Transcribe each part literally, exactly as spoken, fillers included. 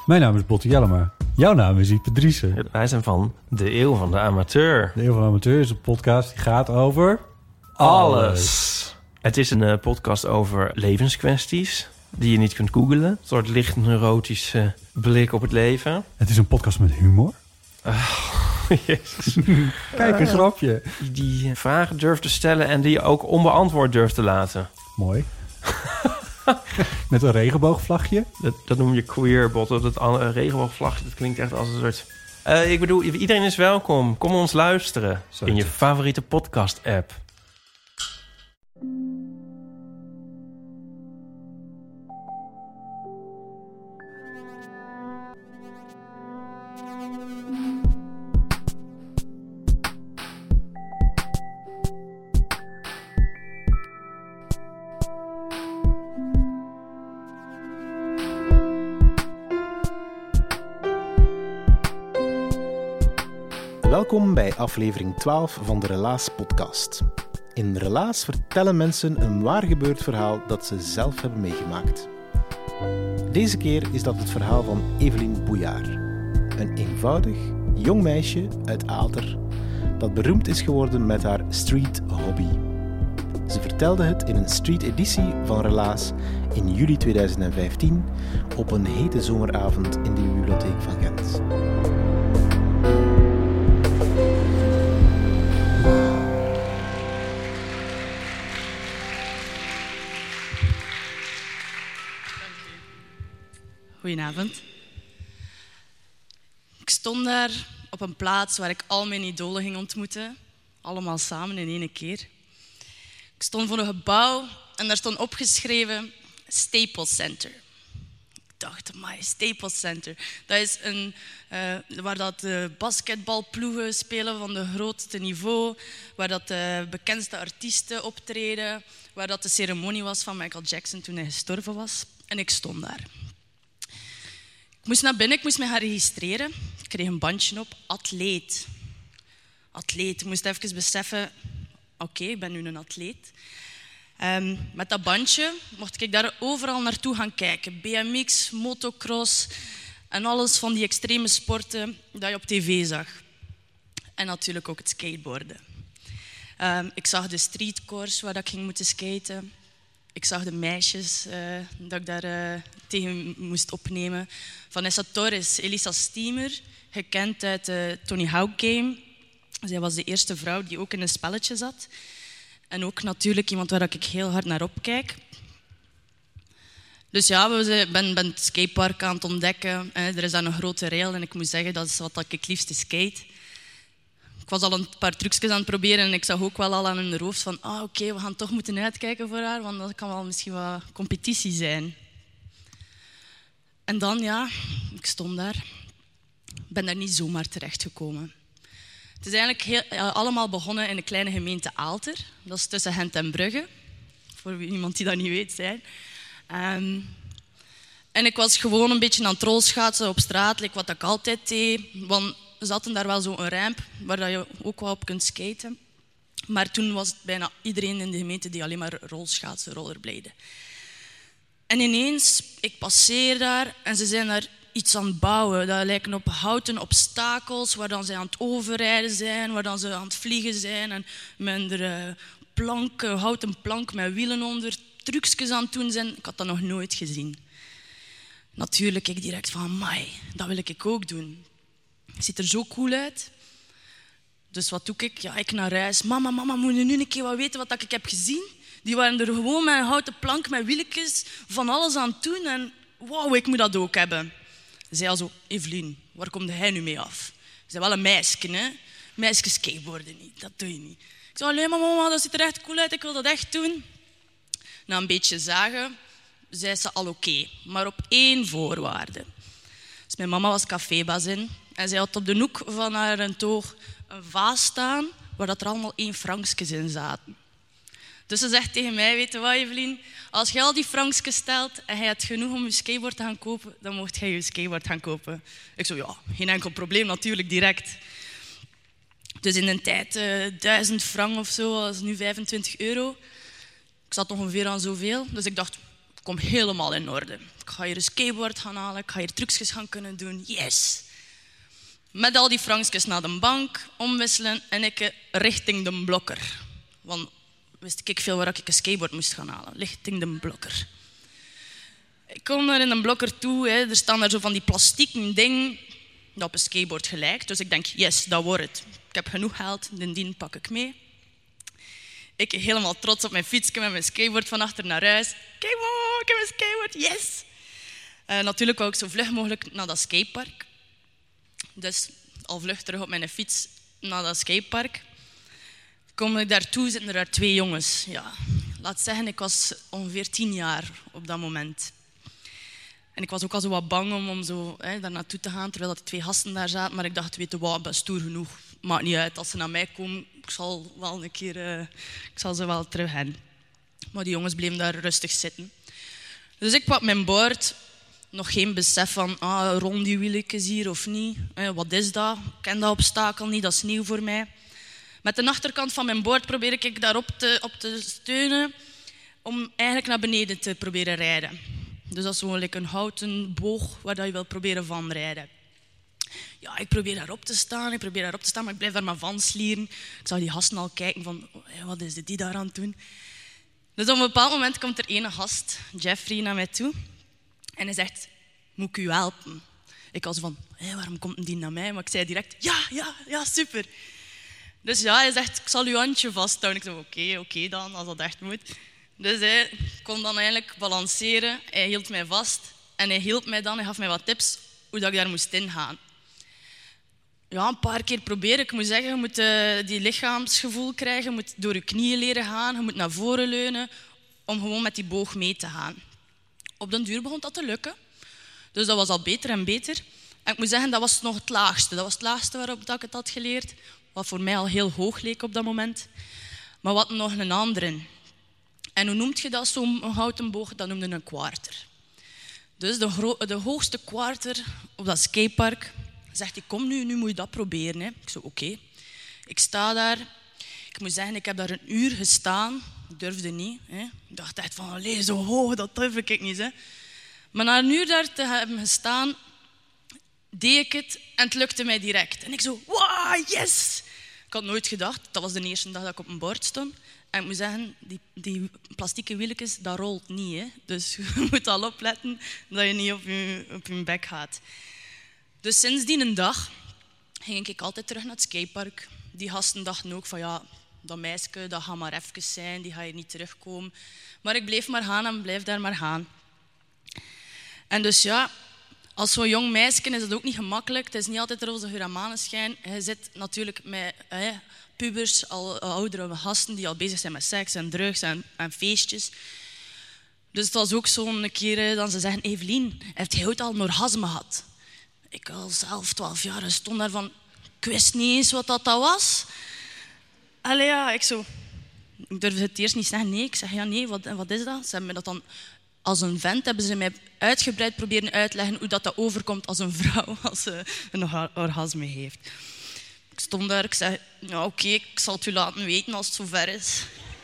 Mijn naam is Botte Jellema. Jouw naam is Ipe Driessen. Wij zijn van De Eeuw van de Amateur. De Eeuw van de Amateur is een podcast die gaat over... Alles. alles. Het is een uh, podcast over levenskwesties die je niet kunt googlen. Een soort licht neurotische blik op het leven. Het is een podcast met humor. Oh, Jezus. Kijk, een grapje. Die, die vragen durft te stellen en die je ook onbeantwoord durft te laten. Mooi. Met een regenboogvlagje. Dat, dat noem je queer, Botte. Dat uh, regenboogvlagje, dat klinkt echt als een soort... Uh, ik bedoel, iedereen is welkom. Kom ons luisteren. Zo in je favoriete podcast-app. Welkom bij aflevering twaalf van de Relaas podcast. In Relaas vertellen mensen een waar gebeurd verhaal dat ze zelf hebben meegemaakt. Deze keer is dat het verhaal van Evelien Bouillard. Een eenvoudig, jong meisje uit Aalter dat beroemd is geworden met haar street hobby. Ze vertelde het in een street editie van Relaas in juli tweeduizend vijftien op een hete zomeravond in de bibliotheek van Gent. Goedenavond. Ik stond daar op een plaats waar ik al mijn idolen ging ontmoeten. Allemaal samen in één keer. Ik stond voor een gebouw en daar stond opgeschreven Staples Center. Ik dacht, amai, Staples Center. Dat is een, uh, waar dat de basketbalploegen spelen van de grootste niveau, waar dat de bekendste artiesten optreden, waar dat de ceremonie was van Michael Jackson toen hij gestorven was. En ik stond daar. Ik moest naar binnen, ik moest me gaan registreren. Ik kreeg een bandje op, atleet. Atleet, ik moest even beseffen, oké, okay, ik ben nu een atleet. Um, met dat bandje mocht ik daar overal naartoe gaan kijken. B M X, motocross en alles van die extreme sporten dat je op tv zag. En natuurlijk ook het skateboarden. Um, ik zag de streetcourse waar ik ging moeten skaten. Ik zag de meisjes uh, dat ik daar uh, tegen moest opnemen. Vanessa Torres, Elisa Steamer, gekend uit de Tony Hawk Game. Zij was de eerste vrouw die ook in een spelletje zat. En ook natuurlijk iemand waar ik heel hard naar opkijk. Dus ja, we ben, ben het skatepark aan het ontdekken. Er is daar een grote rail en ik moet zeggen, dat is wat ik het liefste skate. Ik was al een paar trucjes aan het proberen en ik zag ook wel al aan hun hoofd van ah, oké, okay, we gaan toch moeten uitkijken voor haar, want dat kan wel misschien wat competitie zijn. En dan, ja, ik stond daar. Ik ben daar niet zomaar terechtgekomen. Het is eigenlijk heel, uh, allemaal begonnen in de kleine gemeente Aalter. Dat is tussen Gent en Brugge, voor iemand die dat niet weet zijn. Um, en ik was gewoon een beetje aan het rolschaatsen op straat, like wat ik altijd deed, want we zaten daar wel zo'n ramp waar je ook wel op kunt skaten. Maar toen was het bijna iedereen in de gemeente die alleen maar rolschaatsen, rollerbladen. En ineens, ik passeer daar en ze zijn daar iets aan het bouwen. Dat lijken op houten obstakels waar dan ze aan het overrijden zijn, waar dan ze aan het vliegen zijn. En met een uh, plank, een houten plank met wielen onder, trucjes aan het doen zijn. Ik had dat nog nooit gezien. Natuurlijk, ik direct van, amai, dat wil ik ook doen. Het ziet er zo cool uit. Dus wat doe ik? Ja, ik naar huis. Mama, mama, moet je nu een keer wat weten wat ik heb gezien? Die waren er gewoon met een houten plank, met wieltjes, van alles aan het doen. En wauw, ik moet dat ook hebben. Ze zei al zo, Evelien, waar komt hij nu mee af? Ze zei wel een meisje, hè? Meisjes skateboarden niet, dat doe je niet. Ik zei, alleen maar mama, dat ziet er echt cool uit, ik wil dat echt doen. Na een beetje zagen, zei ze al oké, okay, maar op één voorwaarde. Dus mijn mama was cafébazin en zij had op de hoek van haar toog een vaas staan waar dat er allemaal één frankjes in zaten. Dus ze zegt tegen mij, weet je wat Evelien, als je al die frankjes stelt en hij hebt genoeg om je skateboard te gaan kopen, dan mocht jij je skateboard gaan kopen. Ik zo, ja, geen enkel probleem, natuurlijk, direct. Dus in een tijd uh, duizend frank of zo, dat is nu vijfentwintig euro. Ik zat ongeveer aan zoveel, dus ik dacht, kom helemaal in orde. Ik ga hier een skateboard gaan halen, ik ga hier trucjes gaan kunnen doen. Yes! Met al die frankjes naar de bank, omwisselen en ik richting de blokker. Want wist ik veel waar ik een skateboard moest gaan halen. Richting de blokker. Ik kom daar in een blokker toe. Hè. Er staan daar zo van die plastieken dingen dat op een skateboard gelijkt. Dus ik denk, yes, dat wordt het. Ik heb genoeg geld, die pak ik mee. Ik helemaal trots op mijn fietsje met mijn skateboard van achter naar huis. Kijk mama, ik heb een skateboard, yes! Uh, natuurlijk wou ik zo vlug mogelijk naar dat skatepark. Dus al vlug terug op mijn fiets naar dat skatepark. Kom ik daartoe, zitten er daar twee jongens. Ja, laat zeggen, ik was ongeveer tien jaar op dat moment. En ik was ook al zo wat bang om, om zo, hè, daar naartoe te gaan, terwijl dat die twee gasten daar zaten. Maar ik dacht, weet je wat, ik ben stoer genoeg. Maakt niet uit, als ze naar mij komen, ik zal wel een keer, uh, ik zal ze wel terug hebben. Maar die jongens bleven daar rustig zitten. Dus ik pak mijn bord, nog geen besef van, ah, rond die wieltjes hier of niet. Eh, wat is dat? Ik ken dat obstakel niet, dat is nieuw voor mij. Met de achterkant van mijn bord probeer ik daarop te, op te steunen om eigenlijk naar beneden te proberen rijden. Dus dat is gewoon like een houten boog waar je wil proberen van rijden. Ja, ik probeer daarop te staan, ik probeer daarop te staan, maar ik blijf daar maar van slieren. Ik zag die gasten al kijken van, wat is die daar aan het doen? Dus op een bepaald moment komt er ene gast, Jeffrey, naar mij toe. En hij zegt, moet ik u helpen? Ik was van, hé, waarom komt die naar mij? Maar ik zei direct, ja, ja, ja, super. Dus ja, hij zegt, ik zal uw handje vasthouden. Ik zei, oké, okay, oké okay dan, als dat echt moet. Dus hij kon dan eigenlijk balanceren. Hij hield mij vast. En hij hielp mij dan, hij gaf mij wat tips hoe dat ik daar moest ingaan. Ja, een paar keer proberen. Ik moet zeggen, je moet uh, die lichaamsgevoel krijgen. Je moet door je knieën leren gaan. Je moet naar voren leunen om gewoon met die boog mee te gaan. Op den duur begon dat te lukken. Dus dat was al beter en beter. En ik moet zeggen, dat was nog het laagste. Dat was het laagste waarop dat ik het had geleerd. Wat voor mij al heel hoog leek op dat moment. Maar wat nog een andere. En hoe noemt je dat, zo'n houten boog? Dat noemde een kwarter. Dus de, gro- de hoogste kwarter op dat skatepark zegt hij, kom nu, nu moet je dat proberen. Hè. Ik zei, oké. Okay. Ik sta daar. Ik moet zeggen, ik heb daar een uur gestaan. Ik durfde niet. Hè. Ik dacht echt van, allee, zo hoog, dat durf ik niet. Hè. Maar na een uur daar te hebben gestaan, deed ik het en het lukte mij direct. En ik zo, wow, yes! Ik had nooit gedacht, dat was de eerste dag dat ik op een bord stond. En ik moet zeggen, die, die plastieke wieltjes, dat rolt niet. Hè. Dus je moet al opletten dat je niet op je, op je bek gaat. Dus sindsdien een dag ging ik altijd terug naar het skatepark. Die gasten dachten ook van, ja, dat meisje, dat gaat maar even zijn, die gaat hier niet terugkomen. Maar ik bleef maar gaan en blijf daar maar gaan. En dus ja, als zo'n jong meisje is het ook niet gemakkelijk. Het is niet altijd roze geur en maneschijn. Je zit natuurlijk met eh, pubers, al oudere gasten die al bezig zijn met seks en drugs en, en feestjes. Dus het was ook zo'n keer dat ze zeggen, Evelien, heeft hij ooit al een orgasme gehad? Ik al zelf twaalf jaar en stond daar van, ik wist niet eens wat dat, dat was. Allee ja, ik zo, ik durfde het eerst niet zeggen. Nee, ik zeg, ja nee, wat, wat is dat? Ze hebben me dat dan... Als een vent hebben ze mij uitgebreid proberen uitleggen hoe dat, dat overkomt als een vrouw als ze een orgasme heeft. Ik stond daar, ik zei, ja, oké, okay, ik zal het u laten weten als het zover is.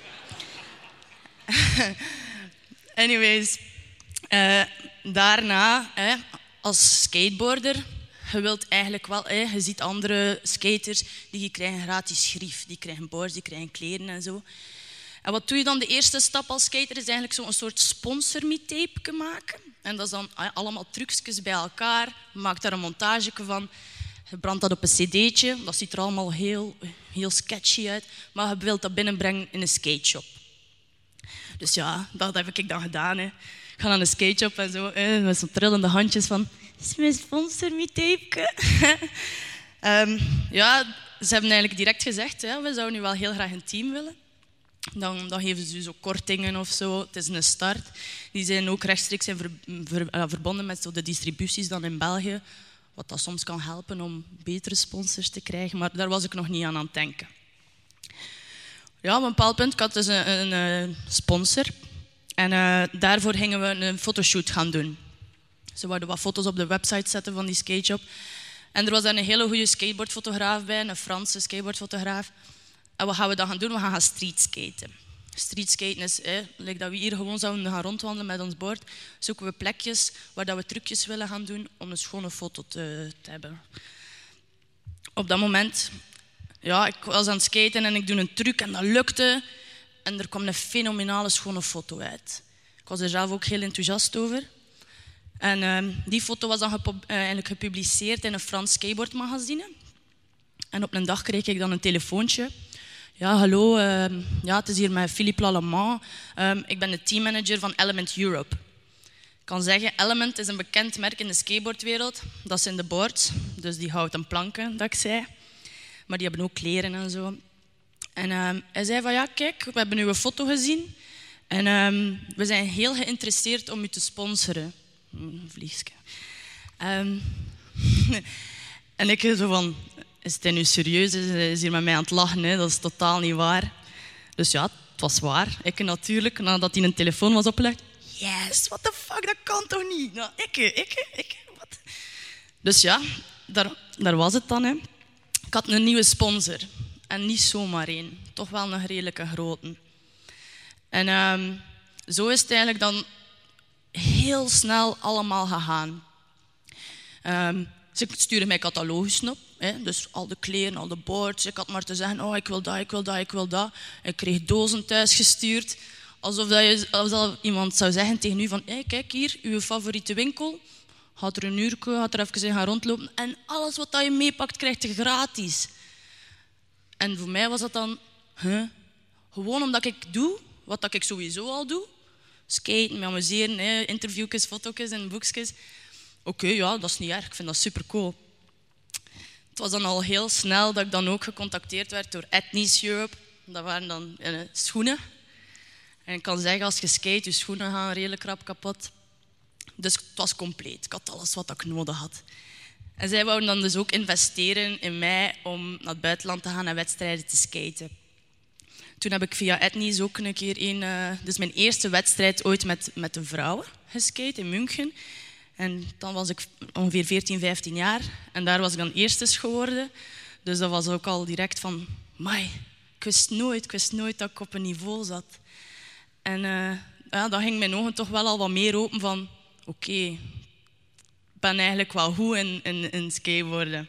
Anyways, uh, daarna, hè, als skateboarder, je wilt eigenlijk wel, hè, je ziet andere skaters die krijgen gratis grief, die krijgen boards, die krijgen kleren en zo. En wat doe je dan? De eerste stap als skater is eigenlijk zo'n soort sponsor-me-tape maken. En dat is dan allemaal trucjes bij elkaar. Je maakt daar een montage van. Je brandt dat op een cd'tje. Dat ziet er allemaal heel, heel sketchy uit. Maar je wilt dat binnenbrengen in een skateshop. Dus ja, dat heb ik dan gedaan. Hè. Ik ga naar een skateshop en zo. Hè, met zo'n trillende handjes van... Dit is mijn sponsor-me-tape. um, ja, ze hebben eigenlijk direct gezegd... Ja, we zouden nu wel heel graag een team willen. Dan, dan geven ze zo kortingen of zo. Het is een start. Die zijn ook rechtstreeks in ver, ver, uh, verbonden met zo de distributies dan in België. Wat dat soms kan helpen om betere sponsors te krijgen. Maar daar was ik nog niet aan aan het denken. Ja, op een bepaald punt ik had dus een, een, een sponsor. En uh, daarvoor gingen we een fotoshoot gaan doen. Ze wilden wat foto's op de website zetten van die skateshop. En er was dan een hele goede skateboardfotograaf bij. Een Franse skateboardfotograaf. En wat gaan we dan gaan doen? We gaan gaan streetskaten. Streetskaten is, eh, like dat we hier gewoon zouden gaan rondwandelen met ons bord, zoeken we plekjes waar dat we trucjes willen gaan doen om een schone foto te, te hebben. Op dat moment, ja, ik was aan het skaten en ik doe een truc en dat lukte. En er kwam een fenomenale schone foto uit. Ik was er zelf ook heel enthousiast over. En uh, die foto was dan gepu- uh, eigenlijk gepubliceerd in een Frans skateboardmagazine. En op een dag kreeg ik dan een telefoontje. Ja, hallo, uh, ja, het is hier met Philippe Lallemand. Um, ik ben de teammanager van Element Europe. Ik kan zeggen, Element is een bekend merk in de skateboardwereld. Dat zijn de boards, dus die houten planken, dat ik zei. Maar die hebben ook kleren en zo. En um, hij zei van, ja, kijk, we hebben uw foto gezien. En um, we zijn heel geïnteresseerd om u te sponsoren. Een vliegske. Um, en ik zo van, is het nu serieus? Hij is hier met mij aan het lachen, hè? Dat is totaal niet waar. Dus ja, het was waar. Ik natuurlijk, nadat hij een telefoon was opgelegd. Yes, what the fuck, dat kan toch niet? Nou, ik, ik, ik, wat? Dus ja, daar, daar was het dan. Hè. Ik had een nieuwe sponsor. En niet zomaar één. Toch wel een redelijke grote. En um, zo is het eigenlijk dan heel snel allemaal gegaan. Um, ze stuurden mij catalogus op. Hè, dus al de kleren, al de boards. Ik had maar te zeggen, oh, ik wil dat, ik wil dat, ik wil dat. Ik kreeg dozen thuis gestuurd. Alsof, dat je, alsof iemand zou zeggen tegen u van, hey, kijk hier, uw favoriete winkel. Gaat er een uur, gaat er even in gaan rondlopen. En alles wat je meepakt, krijgt je gratis. En voor mij was dat dan, huh? Gewoon omdat ik doe wat ik sowieso al doe. Skaten, me amuseren, hè, interviewjes, foto's en boekjes. Oké, okay, ja, dat is niet erg. Ik vind dat supercool. Het was dan al heel snel dat ik dan ook gecontacteerd werd door Ethnies Europe. Dat waren dan uh, schoenen. En ik kan zeggen, als je skate, je schoenen gaan redelijk rap kapot. Dus het was compleet. Ik had alles wat ik nodig had. En zij wouden dan dus ook investeren in mij om naar het buitenland te gaan en wedstrijden te skaten. Toen heb ik via Ethnies ook een keer een... Uh, dus mijn eerste wedstrijd ooit met, met de vrouwen geskate in München. En dan was ik ongeveer veertien, vijftien jaar. En daar was ik dan eerstes geworden. Dus dat was ook al direct van... Mai, ik wist nooit, ik wist nooit dat ik op een niveau zat. En uh, ja, dan ging mijn ogen toch wel al wat meer open van... Oké, okay, ik ben eigenlijk wel goed in, in, in skateboarden.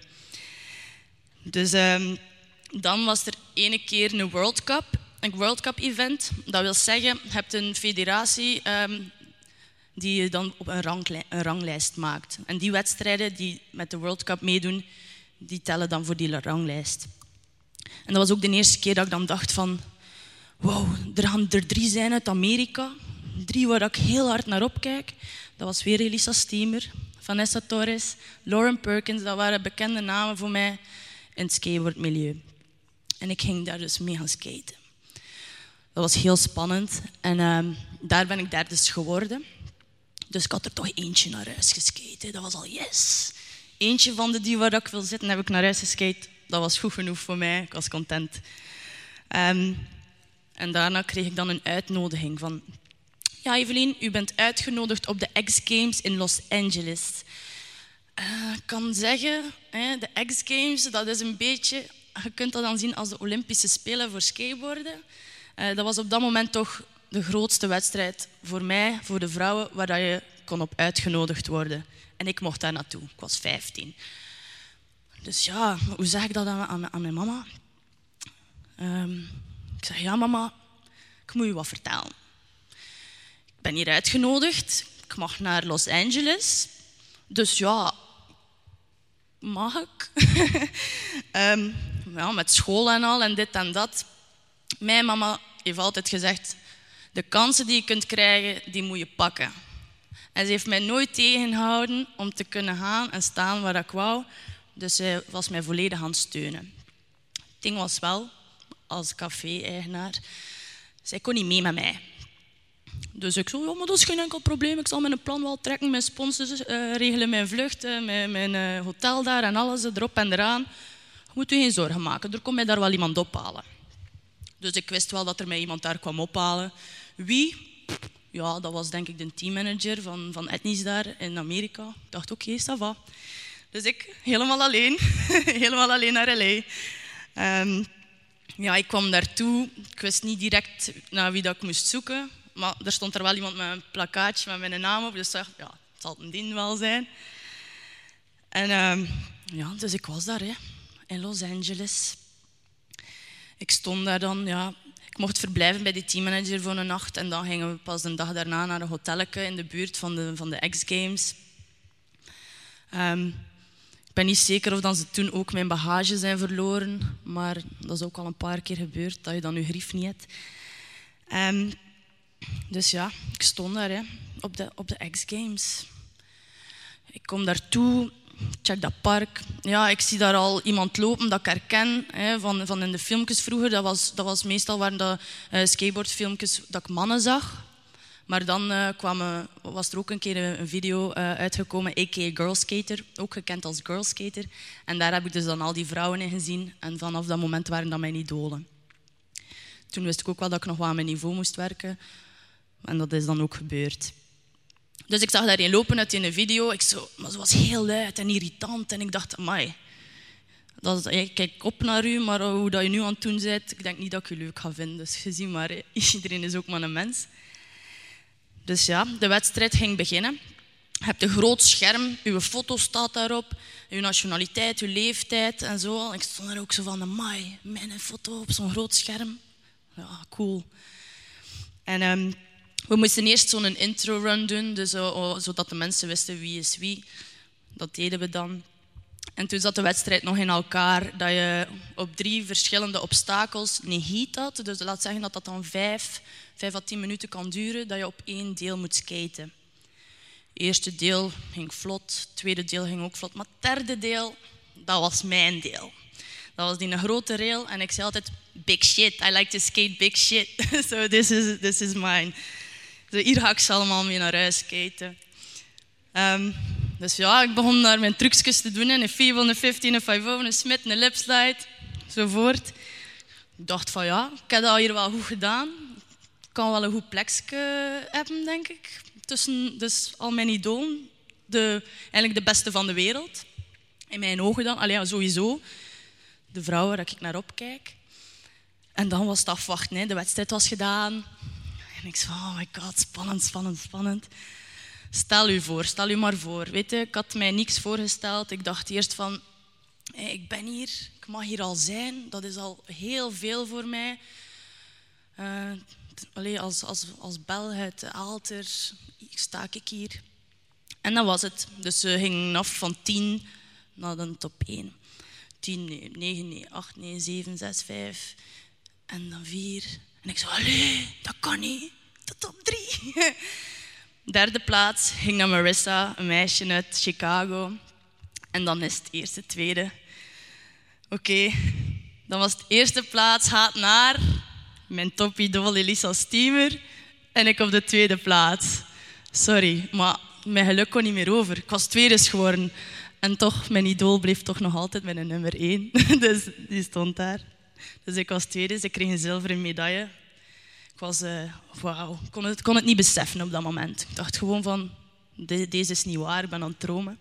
Dus um, dan was er ene keer een World Cup. Een World Cup event. Dat wil zeggen, je hebt een federatie... Um, die je dan op een, ranglij- een ranglijst maakt. En die wedstrijden die met de World Cup meedoen, die tellen dan voor die ranglijst. En dat was ook de eerste keer dat ik dan dacht van... Wow, er gaan er drie zijn uit Amerika. Drie waar ik heel hard naar opkijk. Dat was weer Elisa Steamer, Vanessa Torres, Lauren Perkins. Dat waren bekende namen voor mij in het skateboardmilieu. En ik ging daar dus mee gaan skaten. Dat was heel spannend. En uh, daar ben ik derde geworden. Dus ik had er toch eentje naar huis geskate. Dat was al yes. Eentje van de die waar ik wil zitten, heb ik naar huis geskate. Dat was goed genoeg voor mij. Ik was content. Um, en daarna kreeg ik dan een uitnodiging van... Ja, Evelien, u bent uitgenodigd op de X Games in Los Angeles. Uh, ik kan zeggen, hè, de X Games, dat is een beetje... Je kunt dat dan zien als de Olympische Spelen voor skateboarden. Uh, dat was op dat moment toch... de grootste wedstrijd voor mij, voor de vrouwen, waar je kon op uitgenodigd worden. En ik mocht daar naartoe. Ik was vijftien. Dus ja, hoe zeg ik dat aan, aan, aan mijn mama? Um, ik zeg, ja mama, ik moet je wat vertellen. Ik ben hier uitgenodigd. Ik mag naar Los Angeles. Dus ja, mag ik? um, ja, met school en al en dit en dat. Mijn mama heeft altijd gezegd... De kansen die je kunt krijgen, die moet je pakken. En ze heeft mij nooit tegengehouden om te kunnen gaan en staan waar ik wou. Dus zij was mij volledig aan het steunen. Het ding was wel, als café-eigenaar, zij kon niet mee met mij. Dus ik zei, ja, maar dat is geen enkel probleem. Ik zal mijn plan wel trekken. Mijn sponsors uh, regelen mijn vlucht, uh, mijn, mijn uh, hotel daar en alles, erop en eraan. Je moet u geen zorgen maken. Er komt mij daar wel iemand ophalen. Dus ik wist wel dat er mij iemand daar kwam ophalen. Wie? Ja, dat was denk ik de teammanager van, van Ethnies daar in Amerika. Ik dacht, oké, okay, ça va. Dus ik helemaal alleen, helemaal alleen naar L A. Um, ja, ik kwam daartoe. Ik wist niet direct naar wie dat ik moest zoeken. Maar er stond er wel iemand met een plakkaatje met mijn naam op. Dus ik dacht, ja, het zal een dien wel zijn. En uh, ja, dus ik was daar, hè, in Los Angeles. Ik stond daar dan, ja... Ik mocht verblijven bij de teammanager voor een nacht. En dan gingen we pas een dag daarna naar een hotelletje in de buurt van de, van de X-Games. Um, ik ben niet zeker of dan ze toen ook mijn bagage zijn verloren. Maar dat is ook al een paar keer gebeurd, dat je dan je grief niet hebt. Um, dus ja, ik stond daar, hè, op de, op de X-Games. Ik kom daartoe, check dat park. Ja, ik zie daar al iemand lopen dat ik herken, hè, van, van in de filmpjes vroeger. Dat was, dat was meestal waren dat uh, skateboardfilmpjes dat ik mannen zag. Maar dan uh, kwam, was er ook een keer een video uh, uitgekomen, a k a. Girl Skater, ook gekend als Girl Skater. En daar heb ik dus dan al die vrouwen in gezien. En vanaf dat moment waren dat mijn idolen. Toen wist ik ook wel dat ik nog wel aan mijn niveau moest werken. En dat is dan ook gebeurd. Dus ik zag daarin lopen uit in de video. Ik zo, maar ze was heel luid en irritant. En ik dacht, amai, dat is, ik kijk op naar u, maar hoe dat je nu aan het doen bent, ik denk niet dat ik je leuk ga vinden. Dus je ziet maar, hè, iedereen is ook maar een mens. Dus ja, de wedstrijd ging beginnen. Je hebt een groot scherm, uw foto staat daarop, uw nationaliteit, uw leeftijd en zo. Ik stond er ook zo van, amai, mijn foto op zo'n groot scherm. Ja, cool. En um, we moesten eerst zo'n intro-run doen, dus, uh, zodat de mensen wisten wie is wie. Dat deden we dan. En toen zat de wedstrijd nog in elkaar, dat je op drie verschillende obstakels een heat had. Dus dat laat zeggen dat dat dan vijf, vijf à tien minuten kan duren, dat je op één deel moet skaten. Het eerste deel ging vlot, het tweede deel ging ook vlot, maar het derde deel, dat was mijn deel. Dat was die een grote rail en ik zei altijd, big shit, I like to skate big shit. So this is, this is mine. So hier ga ik ze allemaal mee naar huis skaten. Um, dus ja, ik begon daar mijn trucjes te doen. Een Feeble, een vijftien, een vijf-over, een Smith, een lipslide, enzovoort. Ik dacht van ja, ik heb dat hier wel goed gedaan. Ik kan wel een goed plekje hebben, denk ik. Tussen dus al mijn idolen. De, eigenlijk de beste van de wereld. In mijn ogen dan. Allee, ja, sowieso. De vrouwen waar ik naar opkijk. En dan was het afwachten. Hè. De wedstrijd was gedaan. En ik zei, oh my god, spannend, spannend, spannend. Stel u voor, stel u maar voor. Weet je, ik had mij niks voorgesteld. Ik dacht eerst van, hey, ik ben hier, ik mag hier al zijn. Dat is al heel veel voor mij. Uh, allee, als, als, als Bel uit Aalter sta ik hier. En dat was het. Dus ze gingen af van tien naar de top één. tien, nee, negen, nee, acht, nee, zeven, zes, vijf. En dan vier. En ik zei, allee, dat kan niet. De top drie. Derde plaats ging naar Marissa, een meisje uit Chicago. En dan is het eerste, tweede. Oké, okay. Dan was het eerste plaats gaat naar mijn topidool Elisa Steamer. En ik op de tweede plaats. Sorry, maar mijn geluk kon niet meer over. Ik was tweede geworden. En toch, mijn idool bleef toch nog altijd mijn nummer één. Dus die stond daar. Dus ik was tweede, dus ik kreeg een zilveren medaille. Ik was, uh, wauw, ik kon het, kon het niet beseffen op dat moment. Ik dacht gewoon van, de, deze is niet waar, ik ben aan het dromen.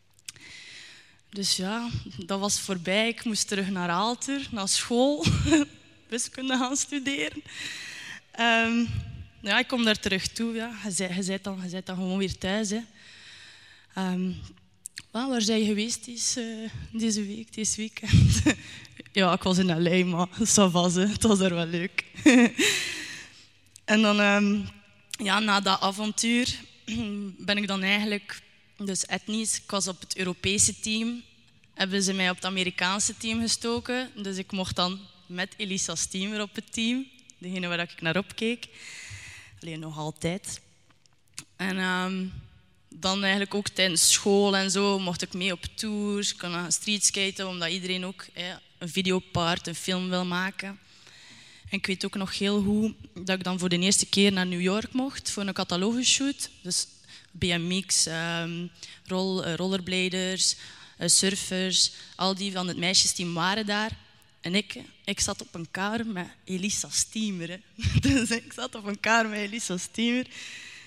Dus ja, dat was voorbij. Ik moest terug naar Aalter, naar school, wiskunde gaan studeren. Um, ja, ik kom daar terug toe. Ja. Je, zei, je, zei dan, je zei dan gewoon weer thuis. Hè. Um, well, waar ben je geweest deze, deze week, deze weekend? Ja, ik was in L A, maar ça va, het was er wel leuk. En dan, um, ja, na dat avontuur ben ik dan eigenlijk, dus etnisch, ik was op het Europese team, hebben ze mij op het Amerikaanse team gestoken. Dus ik mocht dan met Elisa Steamer op het team, degene waar ik naar opkeek. Alleen nog altijd. En um, dan eigenlijk ook tijdens school en zo mocht ik mee op tours, ik kon gaan streetskaten, omdat iedereen ook eh, een videopart, een film wil maken. En ik weet ook nog heel goed dat ik dan voor de eerste keer naar New York mocht voor een catalogushoot. Dus B M X, um, roll, uh, rollerbladers, uh, surfers, al die van het meisjesteam waren daar. En ik, ik zat op een kamer met Elisa Steamer. Hè. Dus ik zat op een kamer met Elisa Steamer.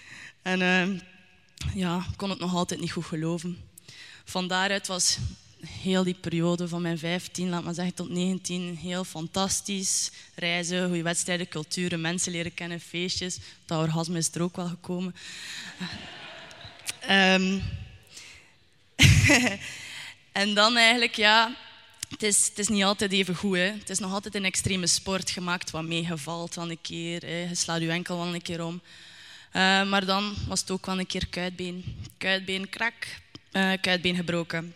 En uh, ja, ik kon het nog altijd niet goed geloven. Van daaruit was heel die periode van mijn vijftien, laat maar zeggen, tot negentien, heel fantastisch. Reizen, goede wedstrijden, culturen, mensen leren kennen, feestjes. Dat orgasme is er ook wel gekomen. um, en dan eigenlijk, ja... Het is, het is niet altijd even goed. Hè. Het is nog altijd een extreme sport gemaakt wat meegevalt wel een keer. Hè. Je slaat je enkel wel een keer om. Uh, maar dan was het ook wel een keer kuitbeen. Kuitbeen krak, uh, kuitbeen gebroken.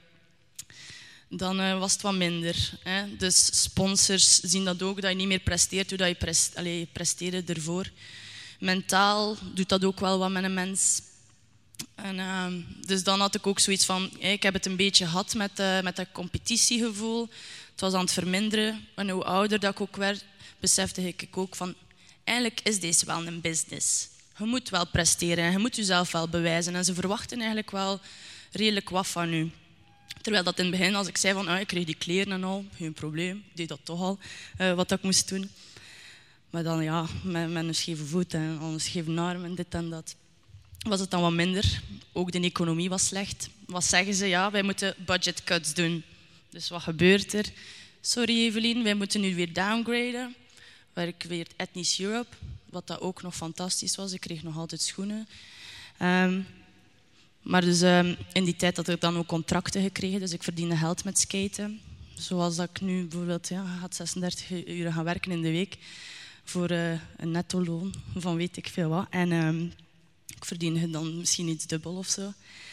Dan uh, was het wat minder. Hè. Dus sponsors zien dat ook, dat je niet meer presteert hoe dat je, prest, allez, je presteerde ervoor. Mentaal doet dat ook wel wat met een mens. En, uh, dus dan had ik ook zoiets van, hey, ik heb het een beetje gehad met, uh, met dat competitiegevoel. Het was aan het verminderen. En hoe ouder dat ik ook werd, besefte ik ook van, eigenlijk is deze wel een business. Je moet wel presteren en je moet jezelf wel bewijzen. En ze verwachten eigenlijk wel redelijk wat van u. Terwijl dat in het begin, als ik zei van, oh, ik kreeg die kleren en al, geen probleem. Ik deed dat toch al, uh, wat ik moest doen. Maar dan ja, met, met een scheve voet en een scheve arm en dit en dat. Was het dan wat minder. Ook de economie was slecht. Wat zeggen ze? Ja, wij moeten budget cuts doen. Dus wat gebeurt er? Sorry Evelien, wij moeten nu weer downgraden. Werk weer Ethnisch Europe, wat dat ook nog fantastisch was. Ik kreeg nog altijd schoenen. Um, maar dus um, in die tijd had ik dan ook contracten gekregen, dus ik verdiende geld met skaten. Zoals dat ik nu bijvoorbeeld, ja, had zesendertig uur gaan werken in de week voor uh, een netto loon van weet ik veel wat. En um, ik verdiende dan misschien iets dubbel of zo.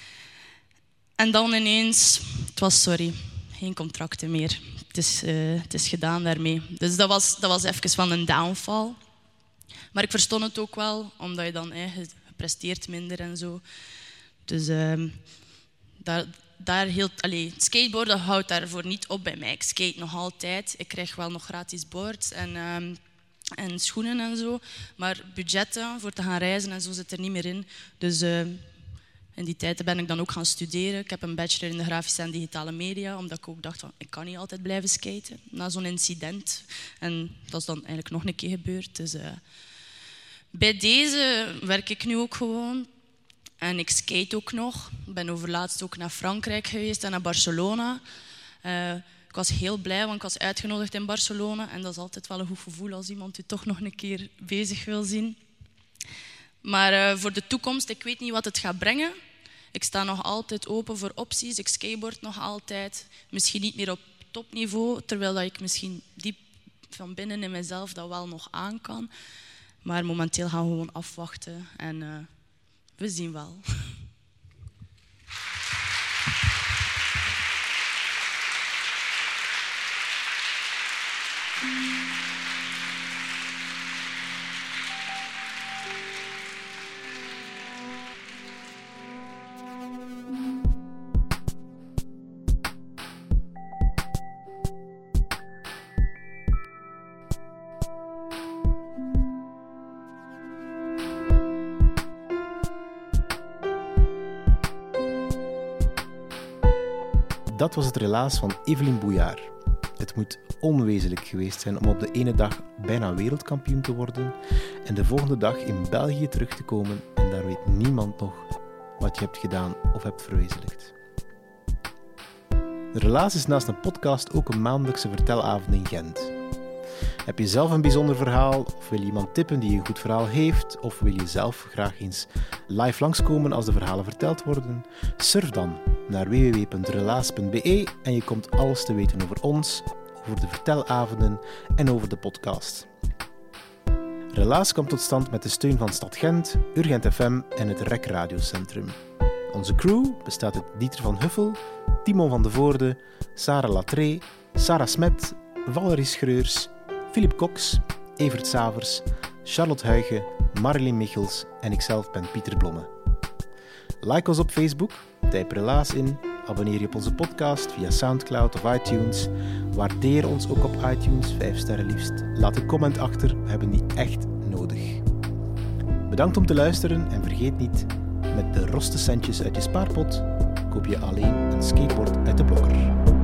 En dan ineens, het was sorry, geen contracten meer. Het is, uh, het is gedaan daarmee. Dus dat was, dat was even van een downfall. Maar ik verstond het ook wel, omdat je dan eh, je presteert minder en zo. Dus uh, daar, daar hield, allee, skateboarden houdt daarvoor niet op bij mij. Ik skate nog altijd. Ik krijg wel nog gratis boards en, uh, en schoenen en zo. Maar budgetten voor te gaan reizen en zo zit er niet meer in. Dus uh, in die tijd ben ik dan ook gaan studeren. Ik heb een bachelor in de grafische en digitale media, omdat ik ook dacht van, ik kan niet altijd blijven skaten na zo'n incident. En dat is dan eigenlijk nog een keer gebeurd. Dus uh, bij deze werk ik nu ook gewoon. En ik skate ook nog. Ik ben overlaatst ook naar Frankrijk geweest en naar Barcelona. Uh, ik was heel blij, want ik was uitgenodigd in Barcelona. En dat is altijd wel een goed gevoel als iemand u toch nog een keer bezig wil zien. Maar uh, voor de toekomst, ik weet niet wat het gaat brengen. Ik sta nog altijd open voor opties. Ik skateboard nog altijd. Misschien niet meer op topniveau, terwijl dat ik misschien diep van binnen in mezelf dat wel nog aan kan. Maar momenteel gaan we gewoon afwachten en uh, we zien wel. Dat was het relaas van Evelien Bouillard. Het moet onwezenlijk geweest zijn om op de ene dag bijna wereldkampioen te worden en de volgende dag in België terug te komen en daar weet niemand nog wat je hebt gedaan of hebt verwezenlijkt. De relaas is naast een podcast ook een maandelijkse vertelavond in Gent. Heb je zelf een bijzonder verhaal of wil je iemand tippen die een goed verhaal heeft of wil je zelf graag eens live langskomen als de verhalen verteld worden? Surf dan naar w w w punt relaas punt b e en je komt alles te weten over ons, over de vertelavonden en over de podcast. Relaas komt tot stand met de steun van Stad Gent, Urgent F M en het R E C Radiocentrum. Onze crew bestaat uit Dieter van Huffel, Timon van de Voorde, Sarah Latré, Sarah Smet, Valerie Schreurs, Philip Cox, Evert Savers, Charlotte Huygen, Marilyn Michels en ikzelf ben Pieter Blomme. Like ons op Facebook, typ Relaas in, abonneer je op onze podcast via Soundcloud of iTunes. Waardeer ons ook op iTunes, vijf sterren liefst. Laat een comment achter, we hebben die echt nodig. Bedankt om te luisteren en vergeet niet, met de roste centjes uit je spaarpot koop je alleen een skateboard uit de blokker.